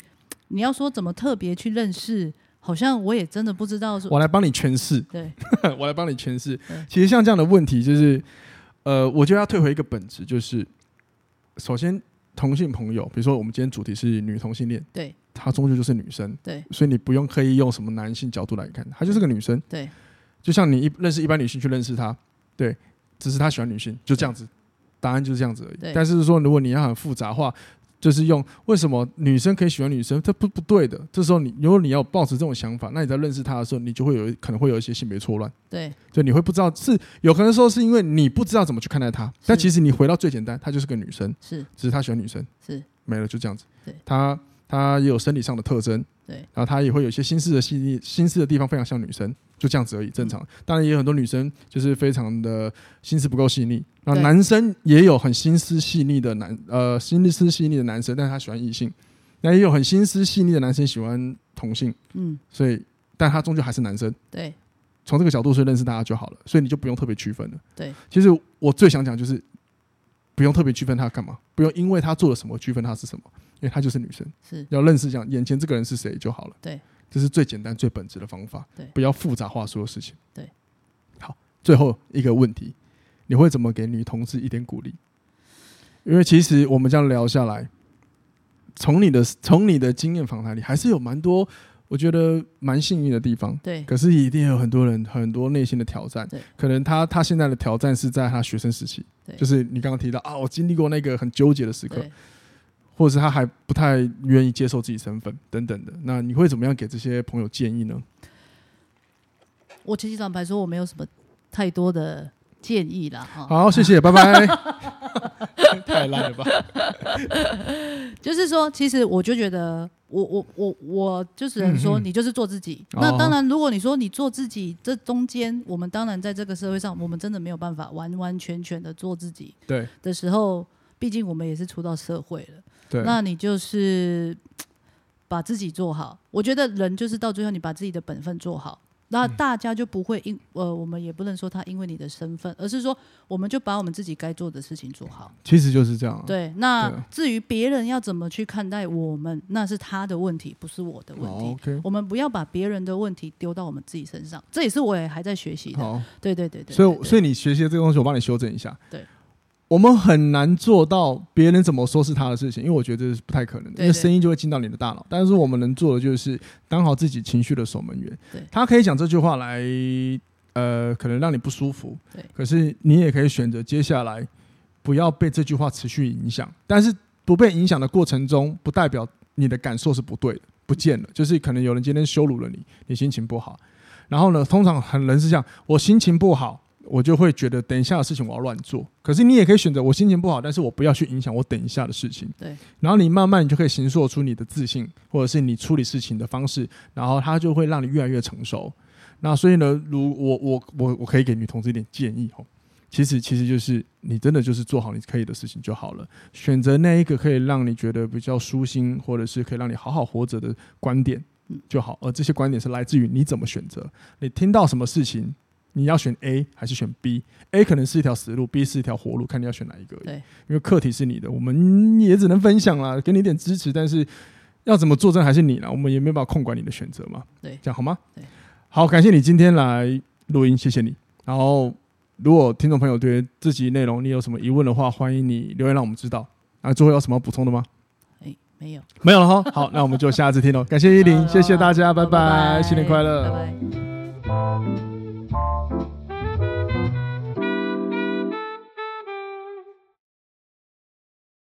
你要说怎么特别去认识，好像我也真的不知道说。 我来帮你诠释， 对， 我来帮你诠释。其实像这样的问题，就是呃，我觉得要退回一个本质，就是首先同性朋友，比如说我们今天主题是女同性恋， 对， 她终究就是女生， 对， 所以你不用刻意用什么男性角度来看，她就是个女生， 对， 就像你一认识一般女性去认识她，对，只是她喜欢女性，就这样子，答案就是这样子而已。但是说，如果你要很复杂化，就是用为什么女生可以喜欢女生，这不不对的。这时候你如果你要抱持这种想法，那你在认识她的时候，你就会有可能会有一些性别错乱。 对， 所以你会不知道，是有可能说是因为你不知道怎么去看待她，但其实你回到最简单，她就是个女生， 是， 只是她喜欢女生， 是没了，就这样子。 对， 她她也有生理上的特征， 对， 然后她也会有一些心思的细腻，心思的地方非常像女生，就这样子而已，正常。当然也有很多女生就是非常的心思不够细腻。那男生也有很心思细腻的男，呃，心思细腻的男生，但是他喜欢异性。那也有很心思细腻的男生喜欢同性，嗯，所以，但他终究还是男生。 对， 从这个角度去认识大家就好了，所以你就不用特别区分了。 对， 其实我最想讲就是，不用特别区分他干嘛，不用因为他做了什么区分他是什么，因为他就是女生， 是要认识这样眼前这个人是谁就好了。 对， 这是最简单最本质的方法。 对， 不要复杂化所有事情。 对， 好，最后一个问题。你会怎么给女同志一点鼓励？因为其实我们这样聊下来，从你的从你的经验访谈里，还是有蛮多我觉得蛮幸运的地方。 对， 可是一定有很多人很多内心的挑战。 对， 可能他他现在的挑战是在他学生时期，就是你刚刚提到啊，我经历过那个很纠结的时刻，或者是他还不太愿意接受自己身份等等的。那你会怎么样给这些朋友建议呢？ 我其实坦白说，我没有什么太多的建议啦， 好，谢谢，拜拜。太烂了吧？ 就是说，其实我就觉得，我我我我就只能说，你就是做自己。嗯、那当然，如果你说你做自己，这中间我们当然在这个社会上，我们真的没有办法完完全全的做自己。对的时候，毕竟我们也是出到社会了。对，那你就是把自己做好。我觉得人就是到最后，你把自己的本分做好。那大家就不会因呃，我们也不能说他因为你的身份，而是说我们就把我们自己该做的事情做好。其实就是这样、啊。对，那至于别人要怎么去看待我们，那是他的问题，不是我的问题。哦 okay、我们不要把别人的问题丢到我们自己身上，这也是我也还在学习的。对对对 对, 对, 对, 对。所以，所以你学习的这个东西，我帮你修正一下。对。我们很难做到别人怎么说是他的事情，因为我觉得这是不太可能的，对对，因为声音就会进到你的大脑。但是我们能做的就是当好自己情绪的守门员。他可以讲这句话来，呃，可能让你不舒服，对，可是你也可以选择接下来不要被这句话持续影响。但是不被影响的过程中，不代表你的感受是不对的，不见了。就是可能有人今天羞辱了你，你心情不好，然后呢，通常很人是这样，我心情不好。我就会觉得等一下的事情我要乱做，可是你也可以选择我心情不好，但是我不要去影响我等一下的事情。对，然后你慢慢你就可以形塑出你的自信，或者是你处理事情的方式，然后它就会让你越来越成熟。那所以呢，如我我我我可以给女同志一点建议哦，其实其实就是你真的就是做好你可以的事情就好了，选择那一个可以让你觉得比较舒心，或者是可以让你好好活着的观点就好，而这些观点是来自于你怎么选择，你听到什么事情。你要选 A 还是选 B？A 可能是一条死路 ，B 是一条活路，看你要选哪一个而已。对，因为课题是你的，我们也只能分享啦，给你一点支持，但是要怎么做，真的还是你啦，我们也没有办法控管你的选择嘛。对，这样好吗？对，好，感谢你今天来录音，谢谢你。然后，如果听众朋友对这集内容你有什么疑问的话，欢迎你留言让我们知道。啊，最后有什么要补充的吗？哎，没有，没有了哈。好，那我们就下次听喽。感谢依林，谢谢大家，拜拜，拜拜，新年快乐，拜拜。